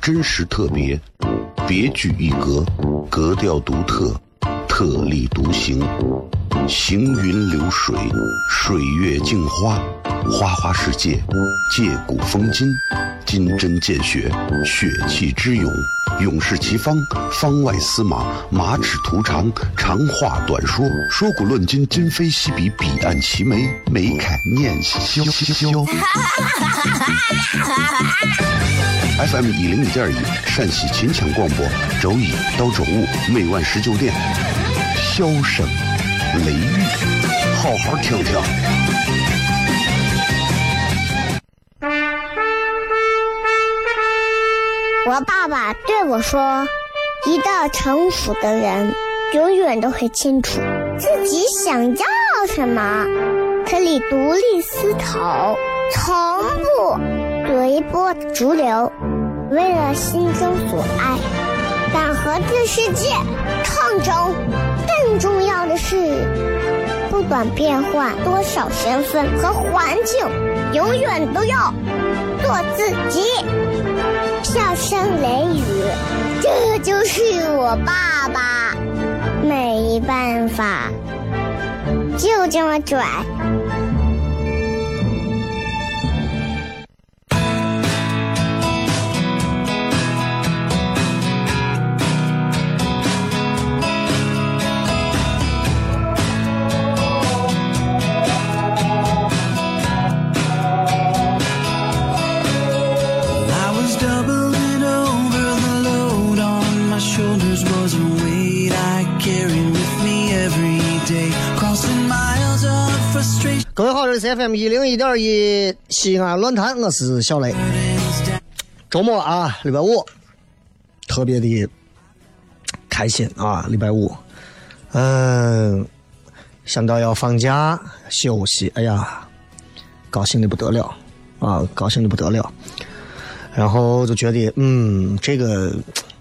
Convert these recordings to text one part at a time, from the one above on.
真实特别，别具一格，格调独特，特立独行，行云流水，水月镜花，花花世界，借古风今，金针见血，血气之勇，勇士齐方，方外司马，马齿图长，长话短说，说古论今，今非昔比，彼岸齐眉，眉开念萧。FM 101.1陕西秦腔广播，周一到周五每晚19点，箫声雷雨，好好听听。 我爸爸对我说，一个成熟的人永远都会清楚自己想要什么，可以独立思考，从不随波逐流，为了心中所爱，敢和这世界抗争。更重要的是，不管变换多少身份和环境，永远都要做自己。笑声雷雨，这就是我爸爸，没办法，就这么拽。 各位好，这是 FM 101.1西安论坛，我是小雷。周末啊，礼拜五，特别的开心啊！礼拜五，想到要放假休息，哎呀，高兴的不得了啊，高兴的不得了。然后就觉得，这个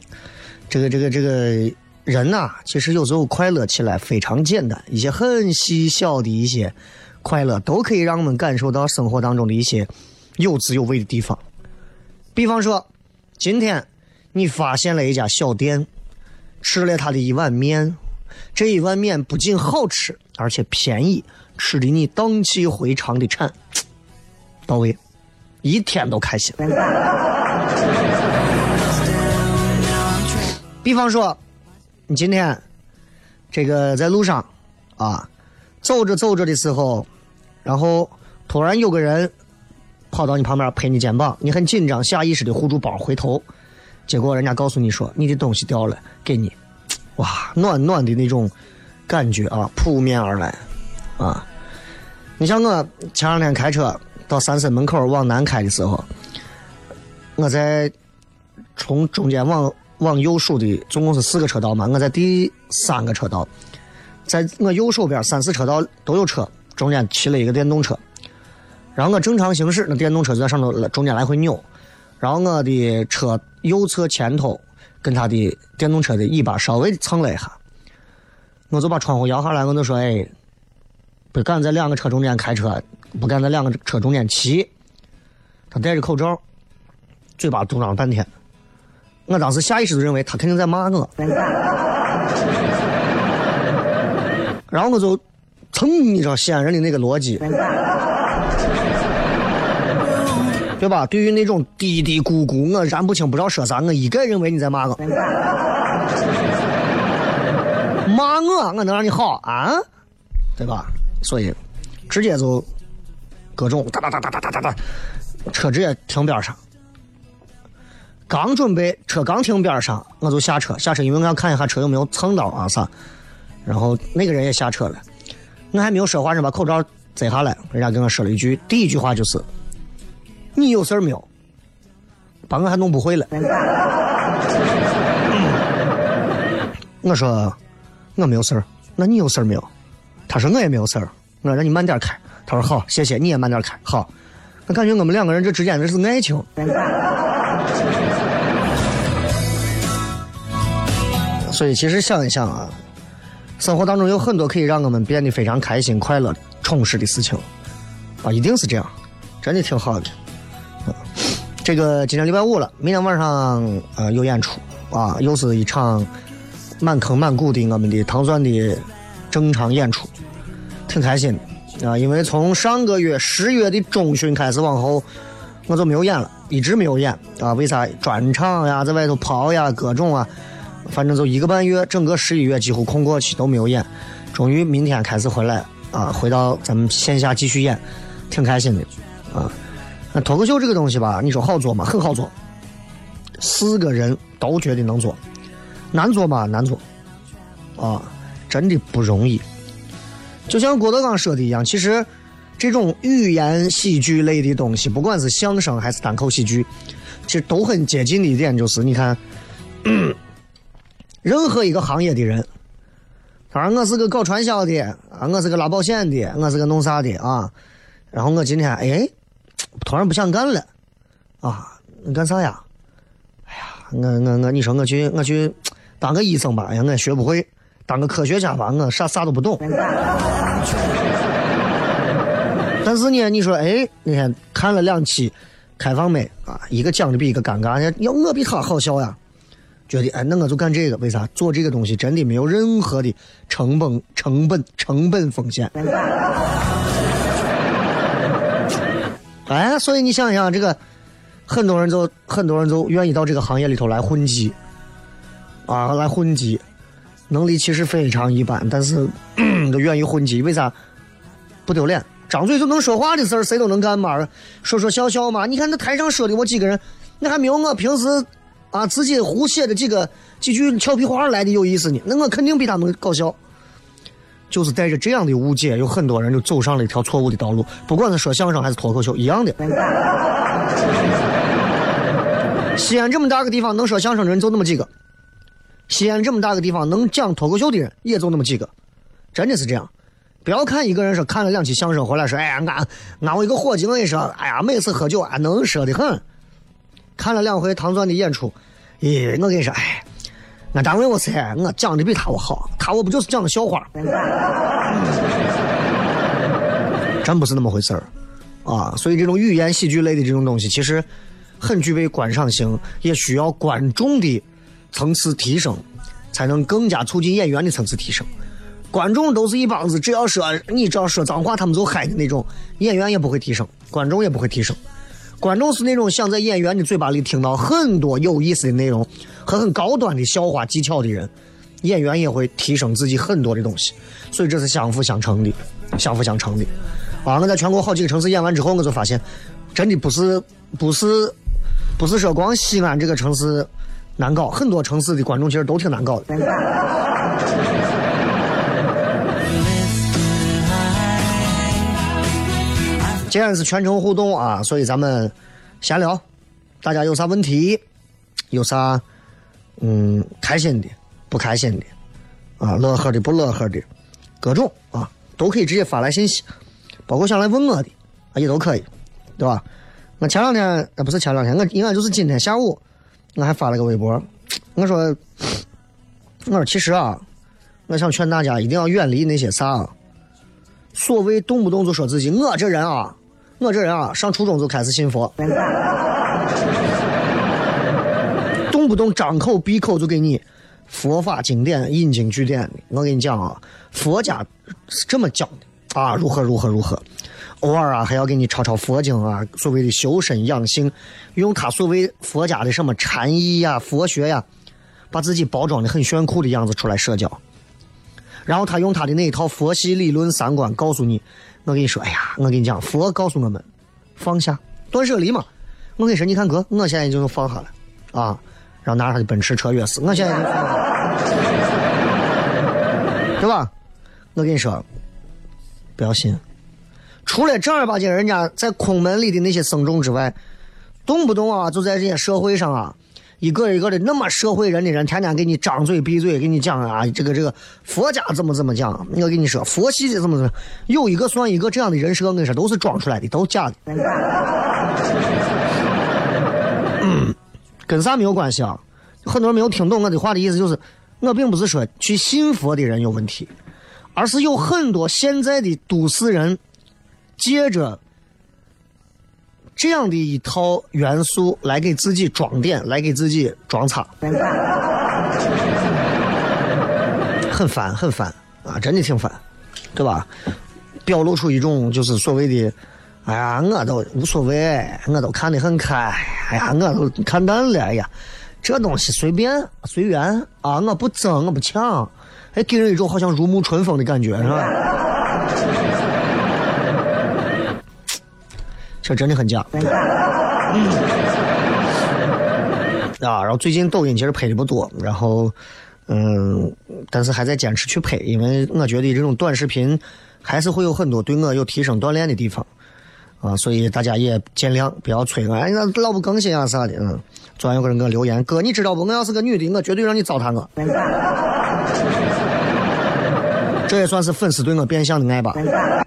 人呐，其实有时候快乐起来非常简单，一些很细小的一些快乐都可以让我们感受到生活当中的一些有滋有味的地方。比方说，今天你发现了一家小店，吃了他的一碗面，这一碗面不仅好吃，而且便宜，吃的你荡气回肠的馋，到位，一天都开心。比方说，你今天这个在路上啊，走着走着的时候，然后突然有个人跑到你旁边拍你肩膀，你很紧张，下意识的护住包回头，结果人家告诉你说你的东西掉了，给你，哇，暖暖的那种感觉啊，扑面而来啊！你像我前两天开车到三森门口往南开的时候，我在从中间往右数的总共是4个车道嘛，我在第3个车道，在我右手边3、4车道都有车，中间骑了一个电动车，然后我正常行驶，那电动车就在上头中间来回扭，然后我的车右侧前头跟他的电动车的尾巴稍微蹭了一下，我就把窗户摇下来，我就说，不敢在2个车中间开车，不敢在2个车中间骑。他戴着口罩，嘴巴嘟囔了半天，我当时下意识就认为他肯定在骂我，然后我就你知道西安人的那个逻辑，对吧？对于那种嘀嘀咕咕我然不清不知道说啥，我一概认为你在骂我，骂我能让你好啊，对吧？所以直接就各种哒哒哒哒哒哒哒，车直接停边上，刚准备车刚停边上，我就下车，因为我要看一下车有没有蹭到啊啥。然后那个人也下车了，我还没有说话，人把口罩摘下来，人家跟我说了一句，第一句话就是你有事儿没有，把我还弄不会了。我说我没有事儿，那你有事儿没有？他说我也没有事儿，我让你慢点开。他说好，谢谢，你也慢点开。好，我感觉我们2个人这之间的是爱情。所以其实想一想啊，生活当中有很多可以让我们变得非常开心、快乐、充实的事情啊，一定是这样，真的挺好的。 这个今天礼拜五了，明天晚上有演出啊，又是一场满坑满谷的我们的糖蒜的整场演出，挺开心的啊！因为从上个月10月的中旬开始往后，我就没有演了，一直没有演啊。为啥？专场呀，在外头跑呀，各种啊，反正就1个半月，整个11月几乎空过去都没有演。终于明天开始回来啊，回到咱们线下继续演，挺开心的啊。那脱口秀这个东西吧，你说好做吗？很好做，4个人都觉得能做，难做吗？难做啊，真的不容易。就像郭德纲说的一样，其实这种语言喜剧类的东西，不管是相声还是单口喜剧，其实都很接近的一点就是，你看，任何一个行业的人，当然我是个搞传销的啊，我是个拉保险的，我是个弄啥的啊，然后我今天突然不想干了啊，你干啥呀？哎呀，你说我去当个医生吧，哎呀，我学不会；当个科学家吧，我啥都不懂。但是呢，你说那天看了2期开放麦啊，一个讲的比一个尴尬，要我比他好笑呀，觉得那我就干这个，为啥？做这个东西真的没有任何的成本风险。所以你想想，这个很多人就愿意到这个行业里头来混迹啊，来混迹，能力其实非常一般，但是都愿意混迹，为啥？不丢脸，张嘴就能说话的事儿，谁都能干嘛？说说笑笑嘛。你看那台上说的我几个人，那还没有我平时啊自己胡写的几句俏皮话来的有意思呢。那我肯定比他们搞笑。就是带着这样的误解，有很多人就走上了一条错误的道路，不管是说相声还是脱口秀一样的。西安这么大个地方能说相声的人就那么几个，西安这么大个地方能讲脱口秀的人也就那么几个，真的是这样。不要看一个人说看了2期相声回来说，俺我一个伙计我跟你说，每次喝酒能说的很。看了2回唐钻的演出，我跟你说，我单位我讲的比他我好，我不就是讲的笑话？真不是那么回事儿啊！所以这种语言喜剧类的这种东西，其实很具备观赏性，也需要观众的层次提升，才能更加促进演员的层次提升。观众都是一帮子，只要说脏话他们就嗨的那种，演员也不会提升，观众也不会提升。观众是那种想在演员的嘴巴里听到很多有意思的内容和很高端的笑话技巧的人，演员也会提升自己很多的东西，所以这是相辅相成的啊！我在全国好几个城市演完之后，我就发现真的不是说光西安这个城市难搞，很多城市的观众其实都挺难搞的。既然是全程互动啊，所以咱们闲聊，大家有啥问题，有啥开心的不开心的啊，乐呵的不乐呵的，各种啊都可以直接发来信息，包括想来问我的啊也都可以，对吧？我前两天不是前两天，我应该就是今天下午我还发了个微博，我说其实啊，我想劝大家一定要远离那些啥所谓动不动就说自己我这人啊上初中就开始信佛，动不动张口闭口就给你佛法经典引经据典的。我跟你讲啊，佛家是这么讲的啊，如何，偶尔啊还要给你抄佛经啊，所谓的修身养性，用他所谓佛家的什么禅意呀、佛学呀，把自己包装的很炫酷的样子出来社交。然后他用他的那一套佛系理论三观告诉你，我跟你说，我跟你讲，佛告诉我们放下断舍离嘛。我跟你说，你看哥，我现在已经放下了啊，然后拿着他的奔驰车钥匙，我现在已经放下了，对吧？我跟你说，不要信，除了正儿八经人家在空门里的那些僧众之外，动不动啊就在这些社会上啊，一个一个的那么社会人的人，天天给你张嘴闭嘴给你讲啊，这个佛家怎么讲，我跟你说佛系怎么有一个算一个，这样的人设我跟你说都是装出来的，都假的。跟啥没有关系啊？很多人没有听懂我的话的意思，就是我并不是说去信佛的人有问题，而是有很多现在的都市人借着这样的一套元素来给自己装电，来给自己装叉，很烦很烦啊，真的挺烦，对吧？表露出一种就是所谓的哎呀我都无所谓，我都看得很开，哎呀我都看淡了，哎呀这东西随便随缘啊，我不争我不抢，还给人一种好像如沐春风的感觉，是吧？这真的很假。啊，然后最近抖音其实拍的不多，然后但是还在坚持去拍，因为我觉得这种短视频还是会有很多对我有提升锻炼的地方啊，所以大家也尽量不要催我，哎，那老不更新啊啥的。昨天有个人给我留言，哥你知道不？我要是个女的，我绝对让你糟蹋我。这也算是粉丝对我变相的爱吧。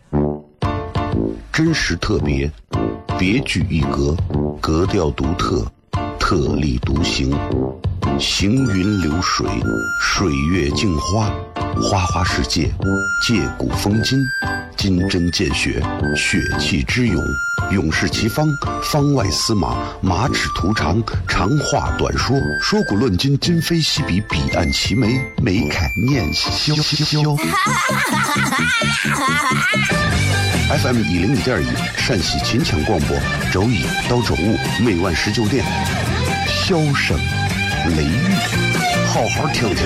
真实特别，别具一格，格调独特，特立独行，行云流水，水月镜花，花花世界，借古风今，金针见血，血气之勇，勇士齐方，方外司马，马齿图长，长话短说，说古论今，今非昔比，彼岸齐眉，眉开念萧。FM 101.1陕西秦腔广播，周一到周五每晚19点，箫声雷雨，好好听听。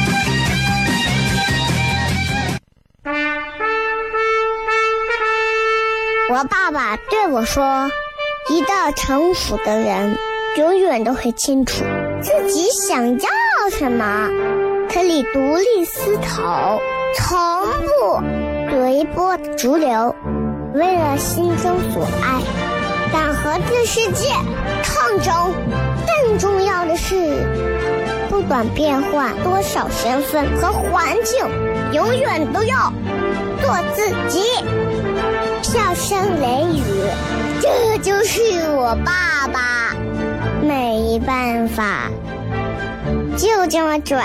我爸爸对我说，一个成熟的人永远都会清楚自己想要什么，可以独立思考，从不随波逐流，为了心中所爱，敢和这世界抗争。更重要的是，不管变换多少身份和环境，永远都要做自己。笑声雷雨，这就是我爸爸。没办法，就这么拽。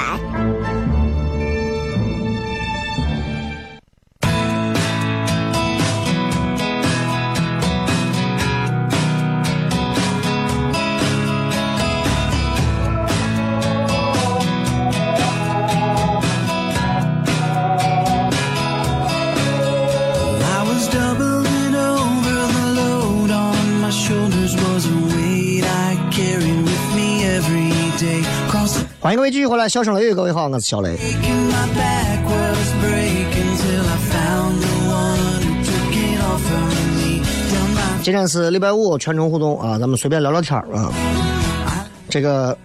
欢迎各位继续回来，笑声雷雨，各位好，我是小雷。今天是礼拜五，全程互动啊，咱们随便聊聊天啊。这个，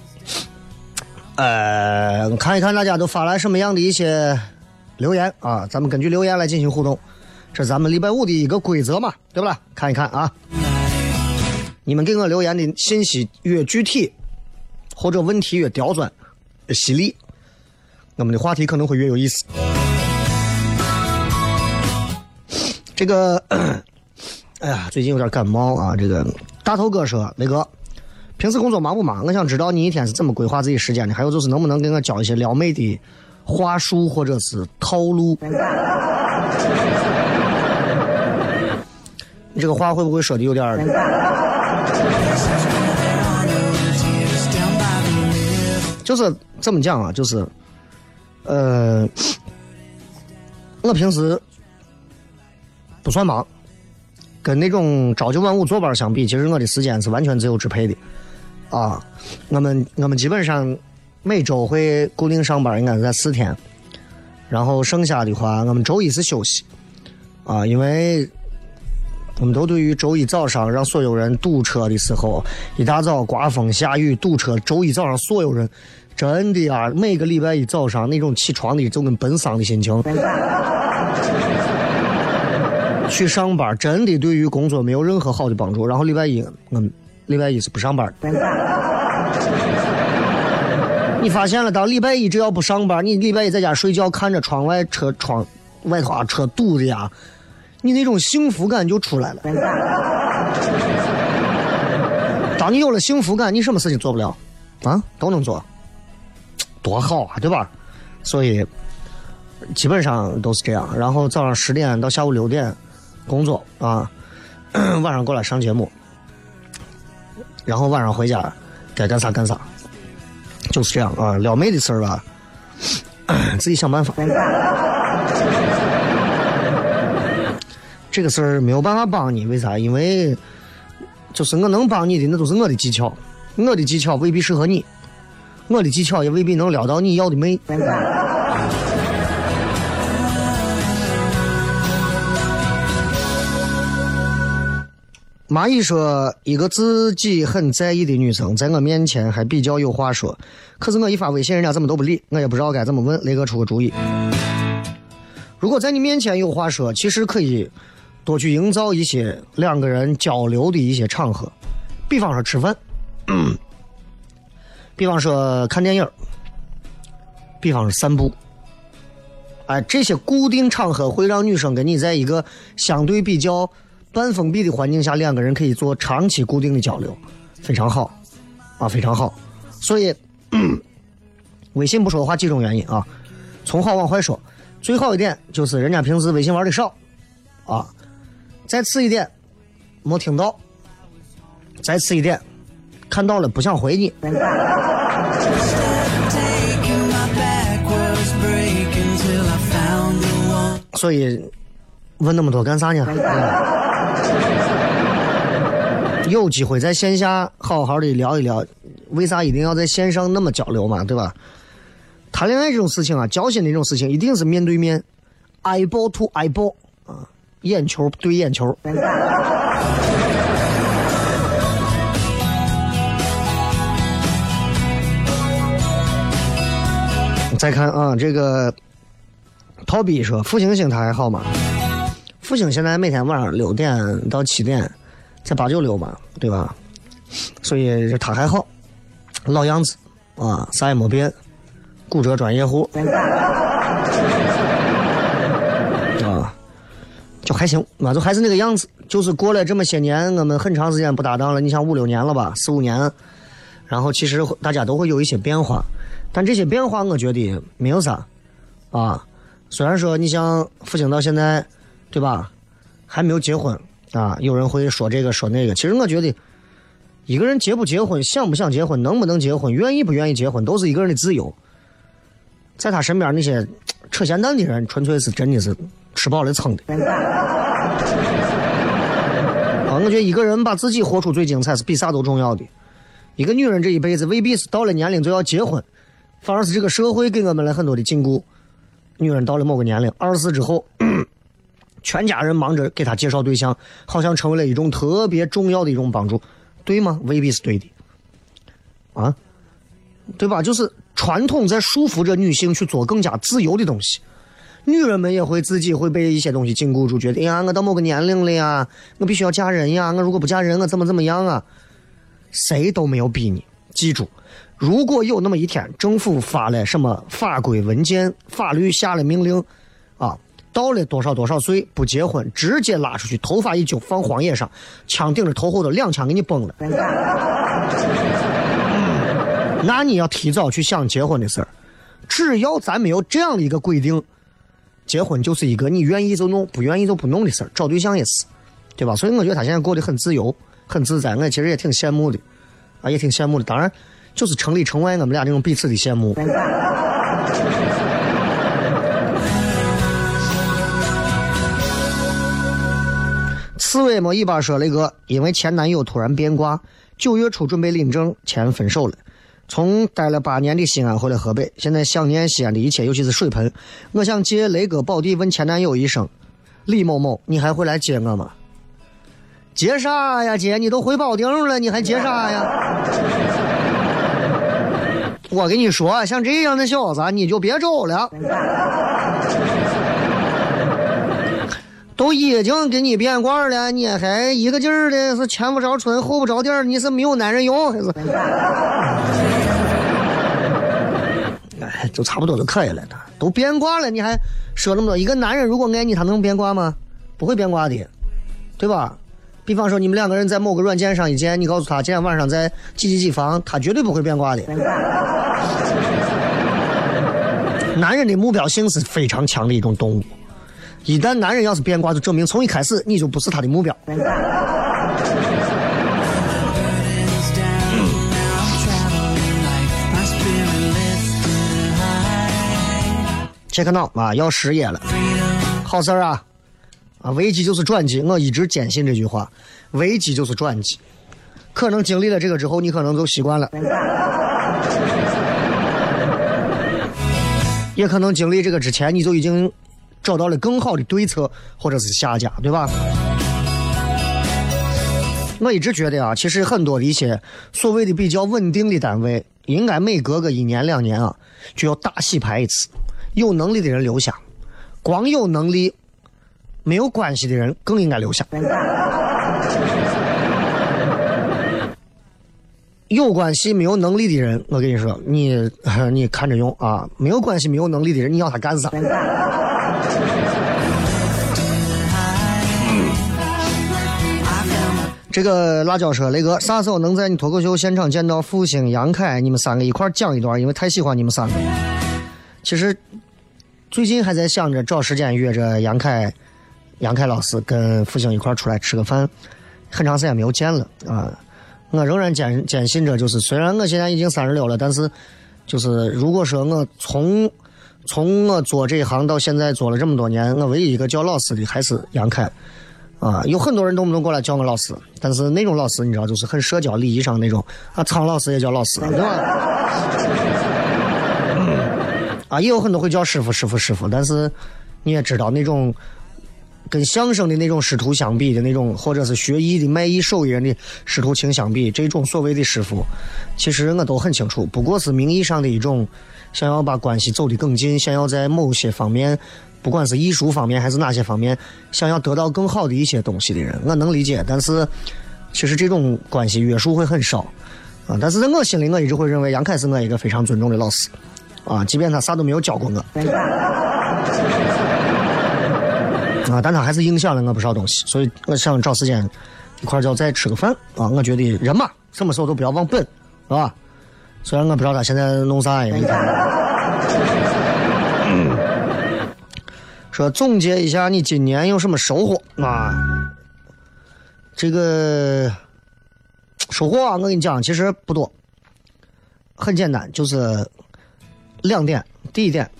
看一看大家都发来什么样的一些留言啊，咱们根据留言来进行互动，这是咱们礼拜五的一个规则嘛，对不啦？看一看啊，你们给我留言的信息越具体，或者问题越刁钻、越犀利，那么的话题可能会越有意思。这个，哎呀，最近有点感冒啊。这个大头哥说，雷哥，平时工作忙不忙？我想知道你一天是怎么规划自己时间的？还有就是能不能给我教一些撩妹的话术或者是套路？你这个话会不会说的有点？就是这么讲啊，就是，我平时不算忙，跟那种朝九晚五坐班相比，其实我的时间是完全自由支配的，啊，我们基本上每周会固定上班，应该是在4天，然后剩下的话，我们周一是休息，啊，因为我们都对于周一早上让所有人堵车的时候，一大早刮风下雨堵车，周一早上所有人真的啊，每个礼拜一早上那种起床的就跟奔丧的心情去上班，真的对于工作没有任何好的帮助。然后礼拜一是不上班的。你发现了，当礼拜一只要不上班，你礼拜一在家睡觉，看着窗外窗外头啊车堵的呀，你那种幸福感就出来了。当你有了幸福感，你什么事情做不了啊？都能做，多好啊，对吧？所以基本上都是这样。然后早上10点到下午6点工作啊，晚上过来上节目然后晚上回家该干啥干啥，就是这样啊。撩妹的事儿吧，自己想办法。这个事儿没有办法帮你，为啥？因为就是我能帮你的，那都是我的技巧，我的技巧未必适合你，我的技巧也未必能撩到你要的妹。蚂蚁说，一个自己很在意的女生在我面前还比较有话说，可是我一发微信人家怎么都不理，我也不知道该怎么问，雷哥出个主意。如果在你面前有话说，其实可以多去营造一些两个人交流的一些场合，比方说吃饭，比方说看电影，比方说散步。哎，这些固定场合会让女生跟你在一个相对比较半封闭的环境下，两个人可以做长期固定的交流，非常好啊，非常好。所以微信不说的话几种原因啊，从好往坏说，最好一点就是人家平时微信玩的少啊，再次一点没听到，再次一点看到了不想回你。所以问那么多干啥呢？有机会在线下好好的聊一聊，为啥一定要在线上那么交流嘛，对吧？谈恋爱这种事情啊，交心的这种事情一定是面对面 eyeball to eyeball 啊，眼球对眼球。再看啊，这个陶比说复兴星他还好吗？复兴现在每天晚上6点到7点在896嘛，对吧？所以他还好，老样子啊，啥也没变，骨折专业户啊，就还行啊，就还是那个样子。就是过了这么些年，我们很长时间不搭档了，你想5、6年了吧，4、5年，然后其实大家都会有一些变化，但这些变化我觉得没有啥啊。虽然说你像复兴到现在，对吧，还没有结婚啊，有人会说这个说那个，其实我觉得一个人结不结婚，想不想结婚，能不能结婚，愿意不愿意结婚，都是一个人的自由。在他身边那些扯闲蛋的人，纯粹是真的是吃饱了撑的啊！我觉得一个人把自己活出最精彩是比啥都重要的。一个女人这一辈子未必是到了年龄就要结婚，反而是这个社会给我们了很多的禁锢。女人到了某个年龄24之后，全家人忙着给她介绍对象，好像成为了一种特别重要的一种帮助，对吗？未必是对的啊，对吧？就是传统在束缚着女性去做更加自由的东西，女人们也会自己会被一些东西禁锢住，觉得哎呀，我到某个年龄了呀，我必须要嫁人呀，我如果不嫁人我怎么样啊？谁都没有逼你，记住，如果有那么一天政府发了什么法规文件，法律下了命令啊，到了多少岁不结婚，直接拉出去，头发一揪放荒野上，枪顶着头后头2枪给你崩了那你要提早去想结婚的事儿。只要咱没有这样的一个规定，结婚就是一个你愿意就弄不愿意就不弄的事儿，找对象也是，对吧？所以我觉得他现在过得很自由很自在，我其实也挺羡慕的啊，也挺羡慕的。当然就是城里城外我们俩这种彼此的羡慕。刺猬某一把说了一个，因为前男友突然变卦，9月初准备领证前分手了，从待了8年的西安回了河北，现在想念西安的一切，尤其是水盆。我想借雷哥宝地问前男友一声，李某某，你还会来接我吗？接啥呀姐，你都回保定了，你还接啥呀？我跟你说，像这样的小子你就别走了，都已经给你变卦了，你还一个劲儿的是前不着村后不着店，你是没有男人用还是？哎，就差不多就可以了，都变卦了，你还说那么多？一个男人如果爱你，他能变卦吗？不会变卦的，对吧？比方说你们2个人在某个软件上一见，你告诉他今天晚上在几房，他绝对不会变卦的。男人的目标性是非常强的一种动物，一旦男人要是变卦，就证明从一开始你就不是他的目标。 check now 啊，要失业了，好事儿啊！啊，危机就是转机，我一直坚信这句话，危机就是转机。可能经历了这个之后，你可能就习惯了，也可能经历这个之前，你就已经找到了更好的对策或者是下家，对吧？我一直觉得啊，其实很多的一些所谓的比较稳定的单位，应该每隔个1年2年啊，就要大洗牌一次，有能力的人留下，光有能力没有关系的人更应该留下。有关系没有能力的人，我跟你说，你看着用啊，没有关系没有能力的人，你要他干啥？这个辣椒说雷哥，啥时候能在你脱口秀现场见到复兴、杨凯，你们3个一块讲一段？因为太喜欢你们3个。其实最近还在想着找时间约着杨凯老师跟复兴一块出来吃个饭，很长时间没有见了啊。我仍然坚信着，就是虽然我现在已经36了，但是就是如果说我从我做这一行到现在做了这么多年，我唯一一个叫老师的还是杨凯。啊，有很多人动不动过来叫我老师，但是那种老师你知道，就是很社交礼仪上那种啊，苍老师也叫老师，对吧？啊，也有很多会叫师傅，但是你也知道那种跟相声的那种师徒相比的那种，或者是学艺的卖艺手艺人的师徒情相比，这种所谓的师傅，其实我都很清楚，不过是名义上的一种想要把关系走得更近，想要在某些方面。不管是艺术方面还是哪些方面，想要得到更好的一些东西的人，我能理解。但是，其实这种关系约束会很少啊。但是在我心里，我一直会认为杨凯是我一个非常尊重的老师啊，即便他啥都没有教过我啊，但他还是影响了我不少东西。所以我想找时间一块儿再吃个饭啊。我觉得人嘛，什么时候都不要忘本，是吧？虽然我不知道他现在弄啥呀，说总结一下你今年有什么收获啊？这个收获啊，我跟你讲，其实不多，很简单，就是2点。第一点，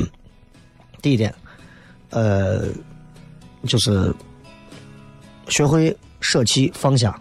就是学会舍弃放下。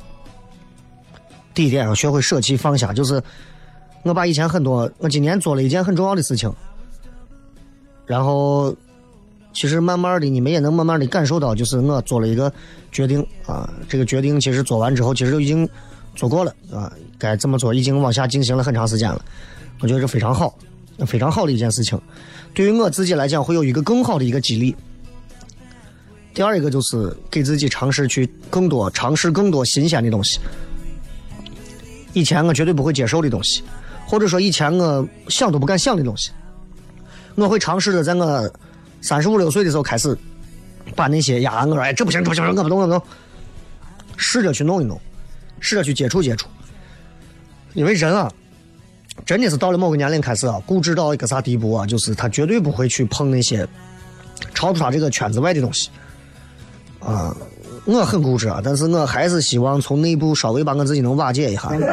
第一点啊，学会舍弃放下，就是我把以前我今年做了一件很重要的事情，然后。其实慢慢的你们也能慢慢的感受到，就是我做了一个决定啊，这个决定其实做完之后其实就已经做过了啊，该怎么做已经往下进行了很长时间了，我觉得这非常好的一件事情，对于我自己来讲会有一个更好的一个激励。第二一个就是给自己尝试更多新鲜的东西，以前我绝对不会接受的东西，或者说以前我想都不敢想的东西，我会尝试着在我35、6岁的时候开始把那些我说哎这不行我不懂，试着去弄一弄，试着去接触，因为人啊真的是到了某个年龄开始啊，固执到一个啥地步啊，就是他绝对不会去碰那些超出他这个圈子外的东西啊。我很固执啊，但是我还是希望从内部稍微把我自己能瓦解一下。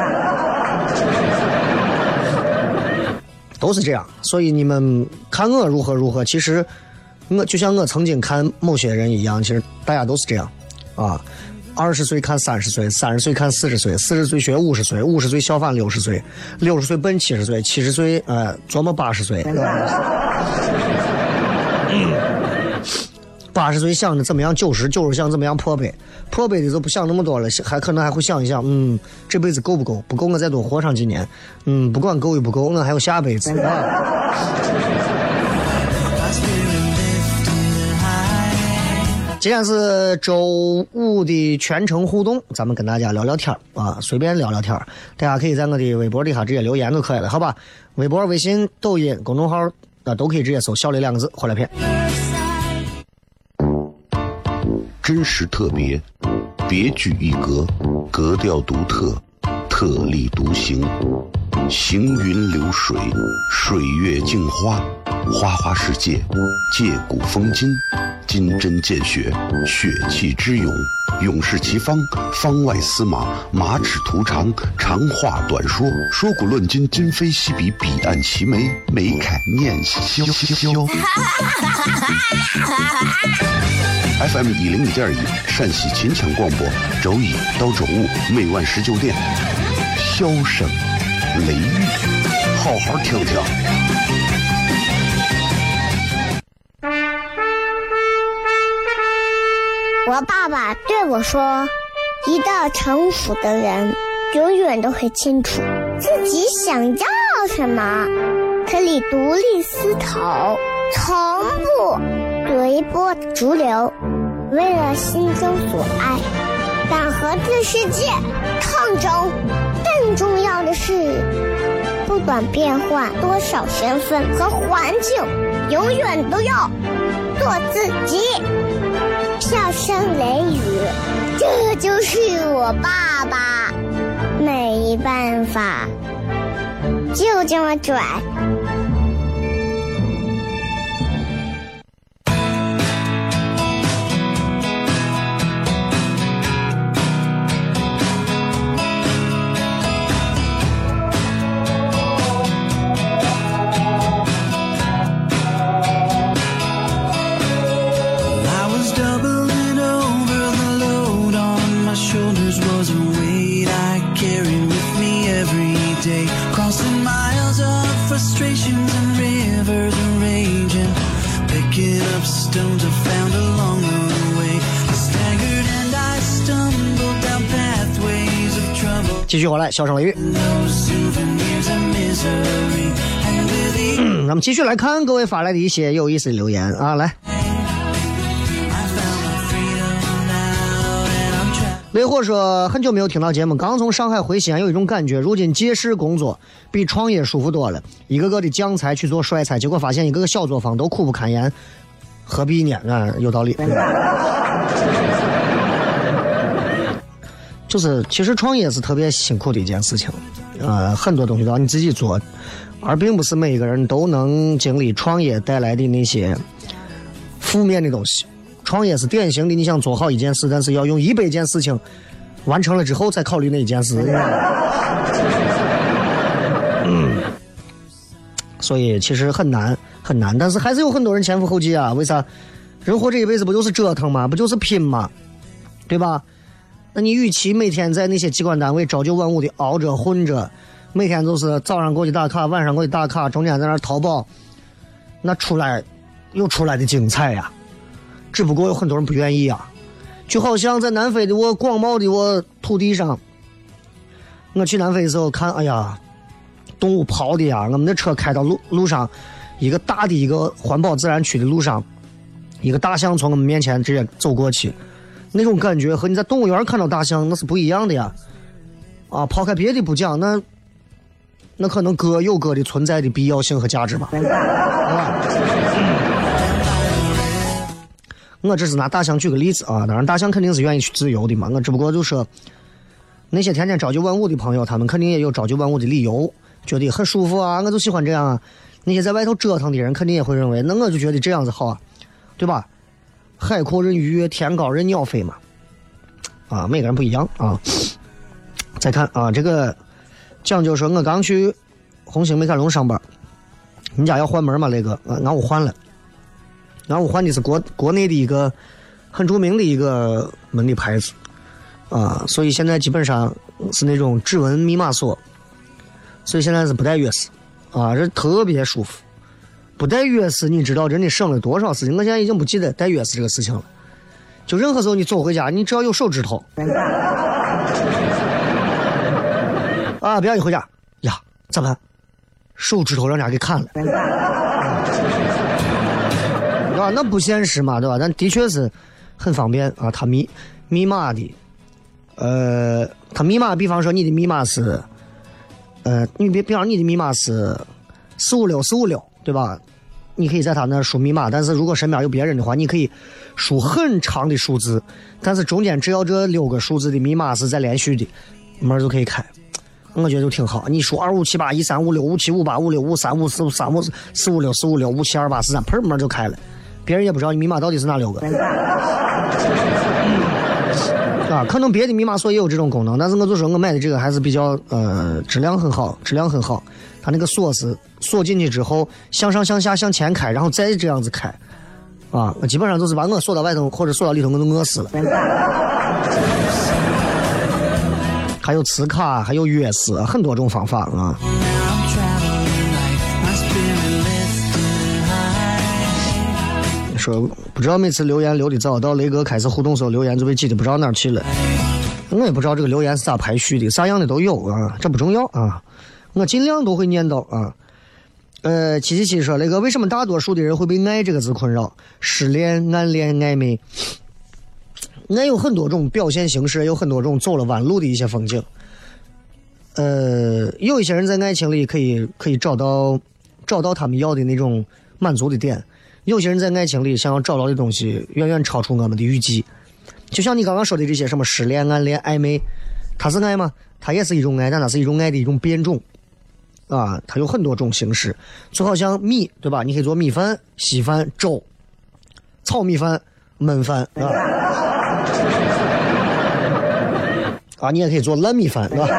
都是这样，所以你们看我如何，其实我就像我曾经看某些人一样，其实大家都是这样啊。20岁看30岁，30岁看40岁，40岁学50岁，50岁效仿60岁，60岁奔70岁，70岁琢磨80岁，80岁想着怎么样90想怎么样破杯的就不想那么多了，可能还会想一想，这辈子够不够？不够我再多活上几年，不管够与不够，我还有下辈子今天是周5的全程互动，咱们跟大家聊聊天啊，随便聊聊天，大家可以在我的微博底下直接留言就可以了，好吧？微博、微信、抖音公众号都可以直接搜小雷2个字回来片。 真实特别，别具一格，格调独特，特立独行，行云流水，水月镜花，花花世界，借古风今，金针见血，血气之勇， 勇士齐方，方外司马，马齿图长，长话短说，说古论今，今非昔比，彼岸齐眉，眉开眼笑。FM 101.1陕西秦腔广播，周一到周五每晚19点，笑声雷雨，好好听听。 我爸爸对我说，一个成熟的人永远都会清楚自己想要什么，可以独立思考，从不随波逐流，为了心中所爱，敢和这世界抗争。更重要的是，不管变换多少身份和环境，永远都要做自己。笑声雷雨，这就是我爸爸，没办法，就这么拽。 继续回来，笑声雷雨。咱们继续来看各位发来的一些有意思的留言啊，来。雷火说，很久没有听到节目，刚从上海回西安，有一种感觉，如今街市工作比创业舒服多了。一个个的将才去做帅菜，结果发现一个个小作坊都苦不堪言，何必呢？啊，有道理。就是其实创业是特别辛苦的一件事情，很多东西都要你自己做，而并不是每一个人都能经历创业带来的那些负面的东西。创业是典型的，你想做好一件事，但是要用100件事情完成了之后再考虑那一件事。所以其实很难很难，但是还是有很多人前赴后继啊。为啥？人活这一辈子不就是折腾吗？不就是拼吗？对吧？那你与其每天在那些机关单位朝九晚五的熬着混着，每天都是早上过去打卡，晚上过去打卡，中间在那淘宝，那出来的精彩呀！只不过有很多人不愿意啊。就好像在南非的我广袤的我土地上，我去南非的时候看，哎呀，动物跑的呀！我们的车开到路上，一个大的一个环保自然区的路上，一个大象从我们面前直接走过去。那种感觉和你在动物园看到大象那是不一样的呀！啊，抛开别的不讲，那可能各有各的存在的必要性和价值吧。我只是拿大象举个例子啊，当然大象肯定是愿意去自由的嘛。我只不过就说，那些天天朝九晚五的朋友，他们肯定也有朝九晚五的理由，觉得很舒服啊，我就喜欢这样啊。那些在外头折腾的人，肯定也会认为，那我就觉得这样子好啊，对吧？海阔任鱼跃，天高任鸟飞嘛，啊，每个人不一样啊。再看啊，这个讲究说，我刚去红星美凯龙上班，你家要换门吗？那个俺我换了，然后我换的是国内的一个很著名的一个门的牌子啊，所以现在基本上是那种指纹密码锁，所以现在是不带钥匙啊，这特别舒服。不带钥匙，你知道真的省了多少事情？我现在已经不记得带钥匙这个事情了。就任何时候你走回家，你只要有手指头，啊，不要一回家呀，咋办？手指头让人家给砍了，啊，那不现实嘛，对吧？但的确是很方便啊。它密码的，它密码，比方说你的密码是，你比方你的密码是456，对吧？你可以在他那输密码，但是如果身边有别人的话，你可以输很长的数字，但是中间只要这6个数字的密码是在连续的，门就可以开。我觉得就挺好。你输25781356575856535445456456572843，砰，门就开了，别人也不知道你密码到底是哪6个。 啊，可能别的密码锁也有这种功能，但是我就说我买的这个还是比较质量很好，它那个锁是锁进去之后向上向下向前开，然后再这样子开，啊，基本上就是把我锁到外头或者锁到里头我都饿死了。还有磁卡，还有约丝，很多种方法啊。说不知道每次留言留的早，到雷哥开始互动时候留言就被挤得不知道哪儿去了。我也不知道这个留言是咋排序的，啥样的都有啊，这不重要啊，我尽量都会念到啊。777说雷哥，为什么大多数的人会被爱这个字困扰？失恋、暗恋、暧昧，爱有很多种表现形式，有很多种走了弯路的一些风景。有一些人在爱情里可以找到他们要的那种满足的点。有些人在爱情里想要找到的东西远远超出我们的预计，就像你刚刚说的这些什么失恋、暗恋、暧昧，它是爱吗？它也是一种爱，但它是一种爱的一种变种啊，它有很多种形式。就好像米，对吧？你可以做米饭、稀饭、粥、炒米饭、焖饭啊，你也可以做烂米饭，对吧？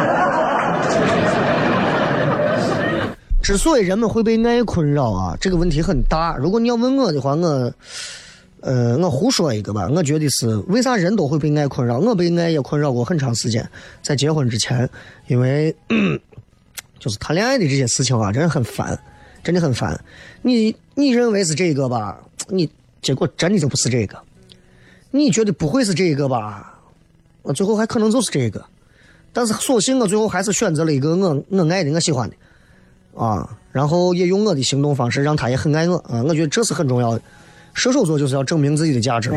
之所以人们会被爱困扰啊，这个问题很大。如果你要问我的话，我胡说一个吧。我觉得是为啥人都会被爱困扰？我被爱也困扰过很长时间，在结婚之前，因为就是谈恋爱的这些事情啊，真的很烦，真的很烦。你认为是这个吧，你结果真的就不是这个。你觉得不会是这个吧，最后还可能就是这个。但是索性我最后还是选择了一个我爱的、我喜欢的。啊，然后也用我的行动方式让他也很爱我啊，我觉得这是很重要的。射手座就是要证明自己的价值，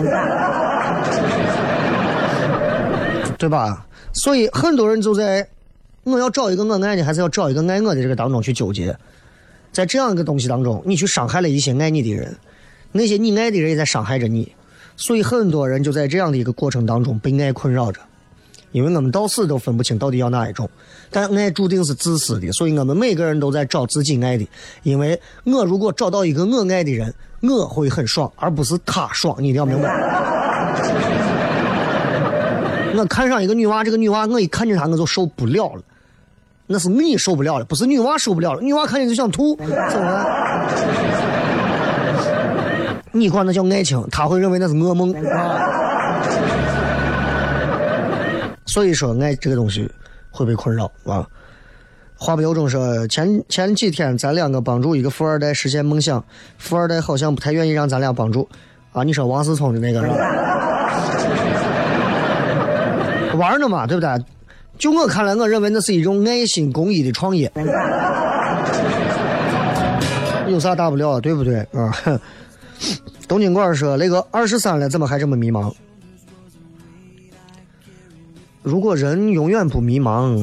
对吧？所以很多人就在我要找一个我爱的还是要找一个爱我的这个当中去纠结，在这样一个东西当中，你去伤害了一些爱你的人，那些你爱的人也在伤害着你，所以很多人就在这样的一个过程当中被爱困扰着。因为我们到死都分不清到底要哪一种，但爱注定是自私的，所以我们每个人都在找自己爱的。因为我如果找到一个我爱的人，我会很爽，而不是他爽，你一定要明白。我看上一个女娃，这个女娃我一看见她我就受不了了，那是你受不了了，不是女娃受不了了。女娃看见就想吐，怎么？你管那叫爱情，她会认为那是噩梦啊。所以说爱这个东西会被困扰啊。话不由衷说，前几天咱两个帮助一个富二代实现梦想，富二代好像不太愿意让咱俩帮助啊。你说王思聪的那个是吧？玩呢嘛，对不对？就我看来，我认为那是一种爱心公益的创业，有啥大不了，对不对啊？东京馆说那个23了，怎么还这么迷茫？如果人永远不迷茫，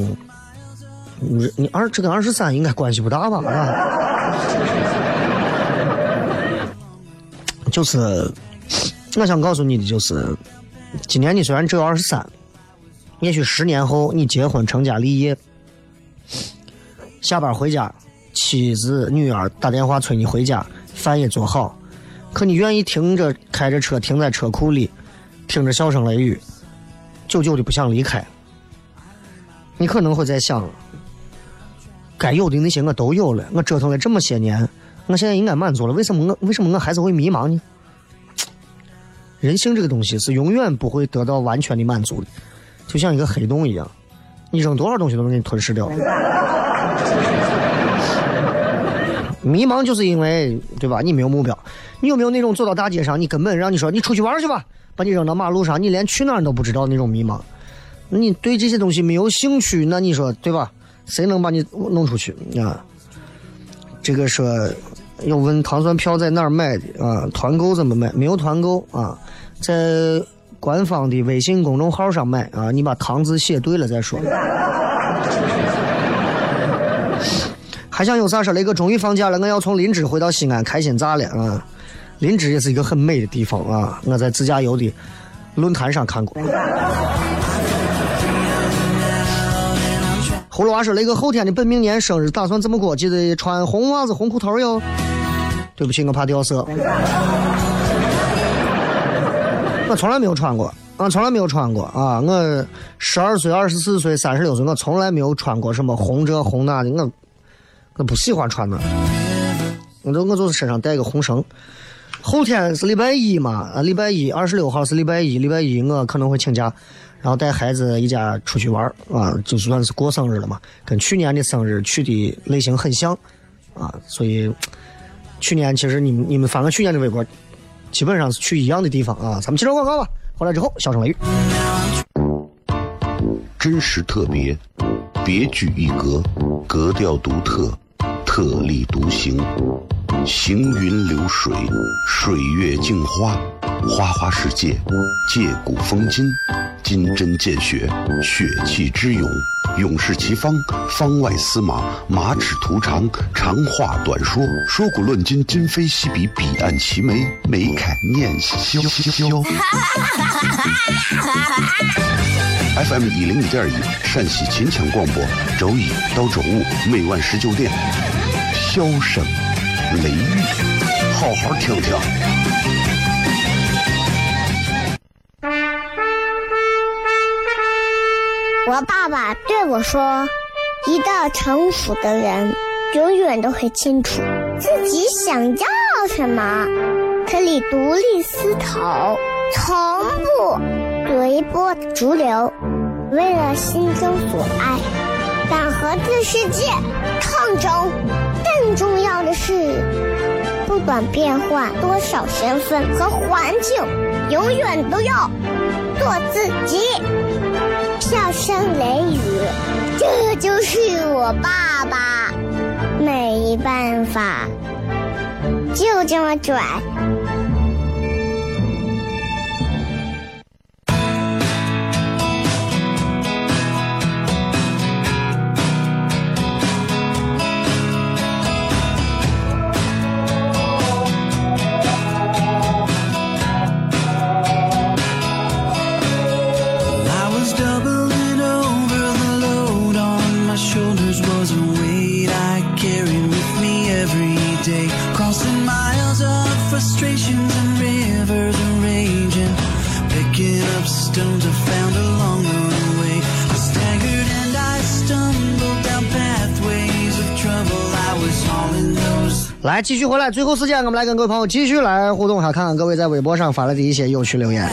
这跟23应该关系不大吧？啊，就是我想告诉你的就是，今年你虽然只有23，也许10年后你结婚成家立业，下班回家，妻子女儿打电话催你回家，饭也做好，可你愿意开着车停在车库里，听着笑声雷雨，久久的不想离开。你可能会在想，该有的那些我都有了，我折腾了这么些年，我现在应该满足了，为什么我还是会迷茫呢？人性这个东西是永远不会得到完全的满足的，就像一个黑洞一样，你扔多少东西都能给你吞噬掉。迷茫就是因为，对吧？你没有目标。你有没有那种走到大街上，你根本让你说你出去玩去吧，把你扔到马路上，你连去哪儿都不知道那种迷茫。你对这些东西没有兴趣，那你说对吧？谁能把你弄出去啊？这个说要问糖蒜票在哪儿买的啊？团购怎么买？没有团购啊，在官方的微信公众号上买啊。你把糖字写对了再说。还想有啥说？雷哥终于放假了，我要从林芝回到西安，开心炸了啊！林芝也是一个很美的地方啊，我在自驾游的论坛上看过。葫芦娃说：“雷哥后天的本命年生日打算怎么过？记得穿红袜子、红裤头哟。”对不起，我怕掉色。我从来没有穿过从来没有穿过啊！我12岁、24岁、36岁，我从来没有穿过什么红这红那的，我不喜欢穿那。我就是身上带个红绳。后天是礼拜一嘛，礼拜一26号是礼拜一，礼拜一我可能会请假，然后带孩子一家出去玩啊，就算是过生日了嘛，跟去年的生日去的类型很像啊，所以去年其实你们翻个去年的微博，基本上是去一样的地方啊。咱们接着广告吧，回来之后小声雷雨。 真实特别，别具一格，格调独特，特立独行，行云流水，水月镜花，花花世界，借古风今，金针见血，血气之勇，勇士齐方，方外司马，马齿图长，长话短说，说古论今，今非昔比，彼岸齐眉，眉开念萧萧。FM 101.1陕西秦腔广播，周一到周五每晚19点，笑声雷雨，好好听听。 我爸爸对我说，一个成熟的人永远都会清楚自己想要什么，可以独立思考，从不随波逐流，为了心中所爱，敢和这世界抗争。更重要的是，不管变换多少身份和环境，永远都要做自己。笑声雷雨，这就是我爸爸，没办法，就这么拽。 来继续回来，最后时间我们来跟各位朋友继续来互动一下，看看各位在微博上发来的一些有趣留言。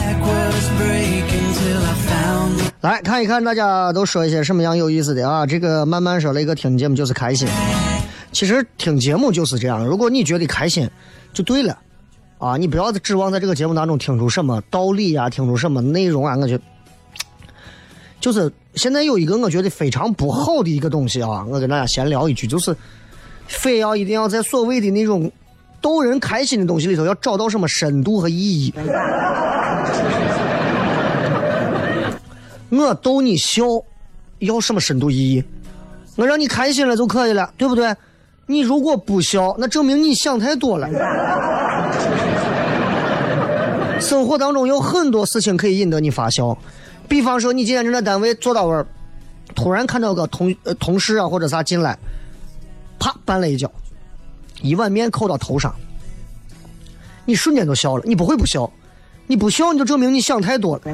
来看一看大家都说一些什么样有意思的啊！这个慢慢说了一个听节目就是开心，其实听节目就是这样，如果你觉得开心就对了啊！你不要指望在这个节目当中听出什么道理啊，听出什么内容啊，我觉得就是现在有一个我觉得非常不好的一个东西啊，我跟大家闲聊一句，就是非要一定要在所谓的那种逗人开心的东西里头要找到什么深度和意义。我逗你笑要什么深度意义？我让你开心了就可以了，对不对？你如果不笑，那证明你想太多了。生活当中有很多事情可以引得你发笑，比方说你今天正在单位坐到位，突然看到个同事啊或者啥进来，啪绊了一跤，一碗面扣到头上，你瞬间就笑了。你不会不笑，你不笑你就证明你想太多了。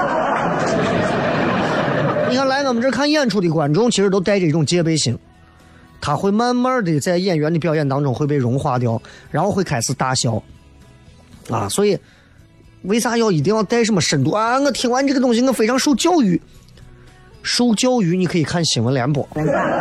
你看来我们这看演出的观众其实都带着一种戒备心，他会慢慢的在演员的表演当中会被融化掉，然后会开始大笑啊。所以为啥要一定要带什么深度啊？我听完这个东西我非常受教育，受教育你可以看新闻联播，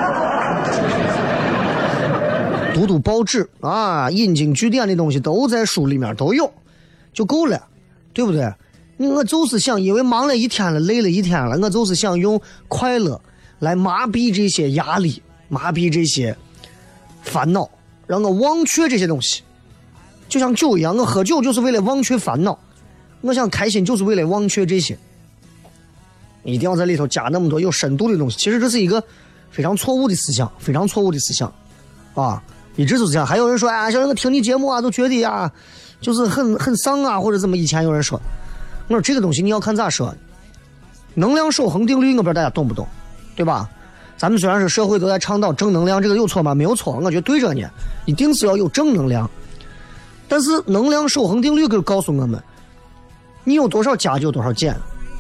读读报纸啊，引经据典的东西都在书里面都有，就够了，对不对？我就是想，因为忙了一天了，累了一天了，我就是想用快乐来麻痹这些压力，麻痹这些烦恼，让我忘却这些东西。就像酒一样，我喝酒就是为了忘却烦恼，我想开心就是为了忘却这些。一定要在里头加那么多有深度的东西，其实这是一个非常错误的思想，非常错误的思想啊！一直就是这样。还有人说啊，小人我听你节目啊，都觉得呀，就是很丧啊，或者怎么。以前有人说，我说这个东西你要看咋说，能量守恒定律，我不知道大家懂不懂，对吧？咱们虽然是社会都在倡导正能量，这个有错吗？没有错，我觉得对着呢，一定是要有正能量。但是能量守恒定律就告诉我们，你有多少加就有多少减，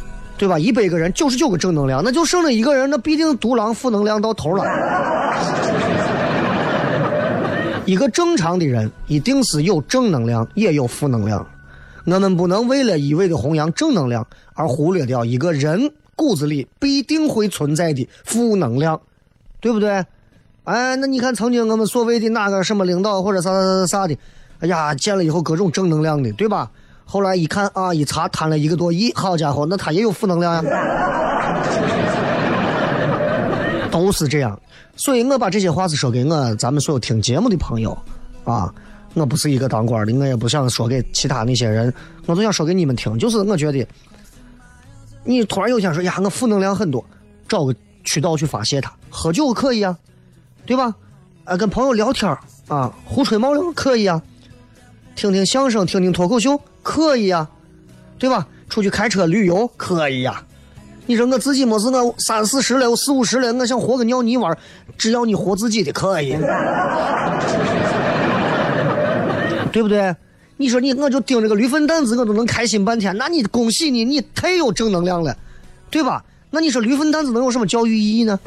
对吧？100个人99个正能量，那就剩了1个人，那必定独狼负能量到头了。一个正常的人一定是有正能量也有负能量，我们不能为了一味的弘扬正能量而忽略掉一个人骨子里必定会存在的负能量，对不对？哎，那你看曾经我们所谓的那个什么领导或者啥的，哎呀，见了以后各种正能量的，对吧？后来一看啊，一查贪了1个多亿，好家伙，那他也有负能量呀，都是这样。所以我把这些话是说给咱们所有听节目的朋友啊，我不是一个当官的，我也不想说给其他那些人，我就想说给你们听。就是我觉得你突然有一天说呀，我负能量很多，找个渠道去发泄它，喝酒可以啊，对吧？跟朋友聊天啊，胡吹冒溜可以啊，听听相声，听听脱口秀可以啊，对吧？出去开车旅游可以啊。你说我自己没事，我30、40了，我40、50了，我想活个尿泥丸，只要你活自己的可以，对不对？你说我就盯着个驴粪蛋子，我都能开心半天，那你恭喜你，你太有正能量了，对吧？那你说驴粪蛋子能有什么教育意义呢？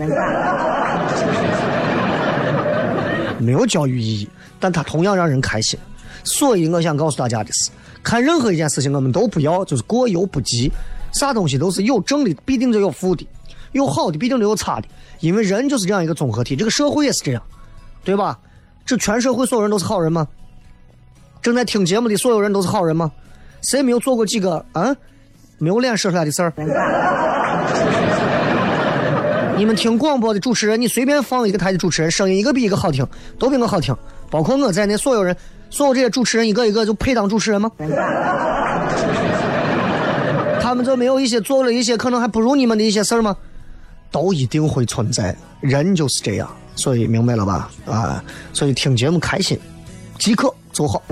没有教育意义，但它同样让人开心。所以我想告诉大家的是，看任何一件事情我们都不要就是过犹不及，啥东西都是有正的必定就有负的，有好的必定就有差的，因为人就是这样一个综合体，这个社会也是这样，对吧？这全社会所有人都是好人吗？正在听节目的所有人都是好人吗？谁没有做过几个没有脸说出来的事儿？你们听广播的主持人，你随便放一个台的主持人，声音一个比一个好听，都比我好听，包括我在内，所有人，所有这些主持人一个一个就配当主持人吗？他们就没有一些做了一些可能还不如你们的一些事儿吗？都一定会存在，人就是这样，所以明白了吧？啊，所以听节目开心，即刻走好。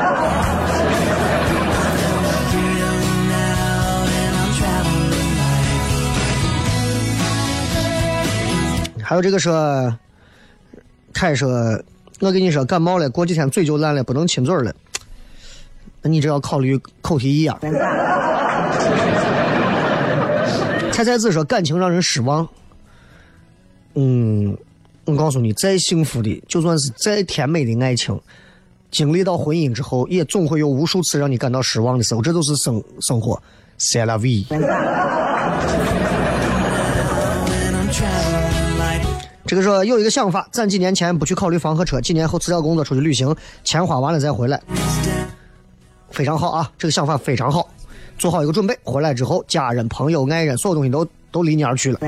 还有这个说，凯说，我跟你说感冒了，过几天嘴就烂了，不能亲嘴了。那你这要考虑口蹄疫啊。菜菜子说感情让人失望。我告诉你，再幸福的，就算是再甜美的爱情，经历到婚姻之后，也总会有无数次让你感到失望的时候，这都是生活。C'est la vie。这个说有一个想法，攒几年前不去考虑房和车，几年后辞掉工作出去旅行，钱花完了再回来，非常好啊！这个想法非常好，做好一个准备，回来之后家人、朋友、爱人，所有东西都离你而去了。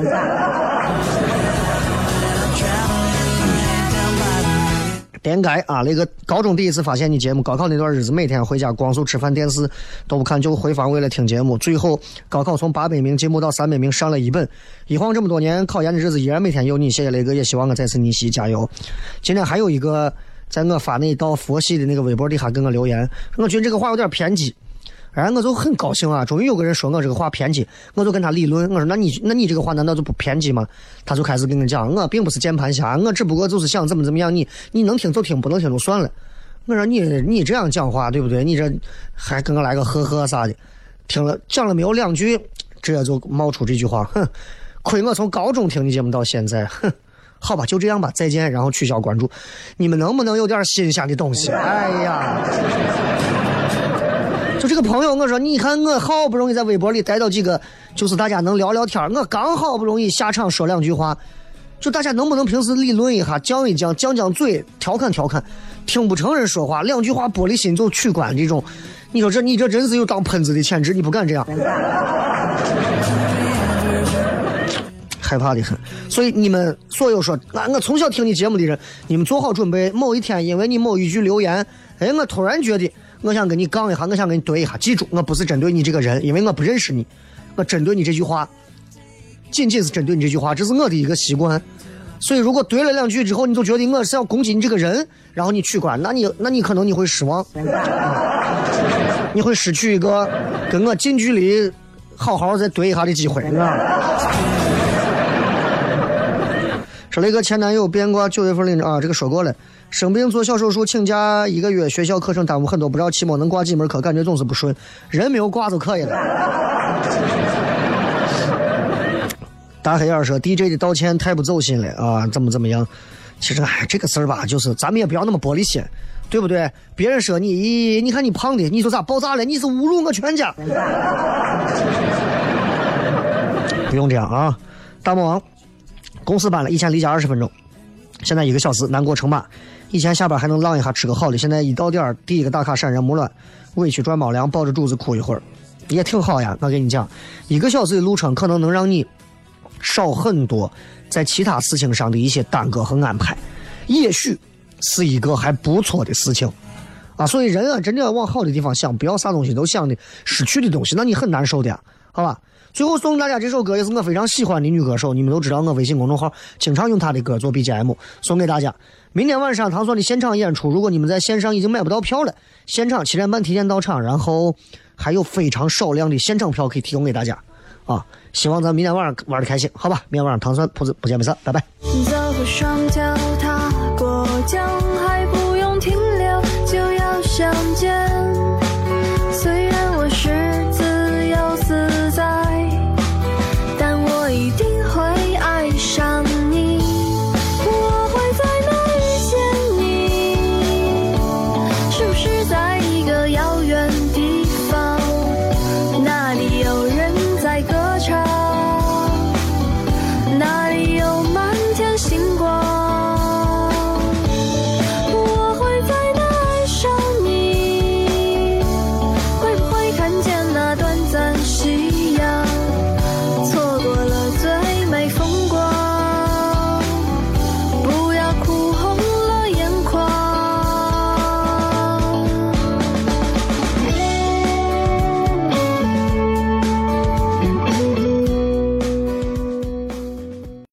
点改啊，那个高中第一次发现你节目，高考那段日子每天回家光速吃饭电视都不看，就回房为了听节目，最后高考从800名进步到300名，上了1本，一晃这么多年考研的日子依然每天有你，谢谢雷哥，也希望我再次逆袭加油。今天还有一个在我发那一道佛系的那个微博底下跟我留言，我觉得这个话有点偏激，然后我就很高兴啊，终于有个人说我这个话偏激，我就跟他理论，我说那你这个话难道就不偏激吗？他就开始跟我讲，我并不是键盘侠，我只不过就是想怎么样，你能听就听，不能听就算了。我说你这样讲话对不对？你这还跟我来个呵呵啥的，听了讲了没有2句，这就冒出这句话，哼，亏我从高中听你节目到现在，哼。好吧，就这样吧，再见，然后取消关注。你们能不能有点新鲜的东西？哎呀，就这个朋友，我说你看我好不容易在微博里待到几个，就是大家能聊聊天，我刚好不容易下场说2句话，就大家能不能平时理论一下，讲一讲，讲嘴，调侃调侃，听不成人说话2句话玻璃心就取关这种，你说你这真是有当喷子的潜质，你不敢这样。害怕的很，所以你们所有说我从小听你节目的人，你们做好准备，某一天因为你某一句留言，我突然觉得我想跟你杠一下，我想跟你怼一下，记住我不是针对你这个人，因为我不认识你，我针对你这句话，仅仅是针对你这句话，这是我的一个习惯。所以如果怼了2句之后，你就觉得我是要攻击你这个人，然后你取关，那你可能你会失望，你会失去一个跟我近距离好好再怼一下的机会。说了一个前男友变卦9月份领着啊，这个说过了。生病做小手术，请假1个月，学校课程耽误很多，不知道期末能挂几门课，感觉总是不顺。人没有挂就可以了。 大黑眼说 DJ 的道歉太不走心了啊，怎么样？其实这个事儿吧，就是咱们也不要那么玻璃心，对不对？别人说你看你胖的，你说咋爆炸了？你是侮辱我全家。不用这样啊！大魔王，公司搬了，以前离家20分钟，现在1个小时，难过成马。以前下班还能浪一下吃个好的，现在一到点第一个打卡闪人木乱，委屈转猫粮，抱着主子哭一会儿，也挺好呀。我跟你讲，1个小时的路程可能能让你少很多在其他事情上的一些耽搁和安排，也许是一个还不错的事情啊。所以人啊，真的要往好的地方想，不要啥东西都想的失去的东西，那你很难受的呀，好吧？最后送大家这首歌，也是我非常喜欢的女歌手，你们都知道，我微信公众号经常用她的歌做 BGM， 送给大家。明天晚上唐宋的现场演出，如果你们在线上已经买不到票了，现场7点半提前到场，然后还有非常少量的现场票可以提供给大家啊！希望咱明天晚上玩的开心，好吧？明天晚上唐宋不见不散，拜拜。 走过双条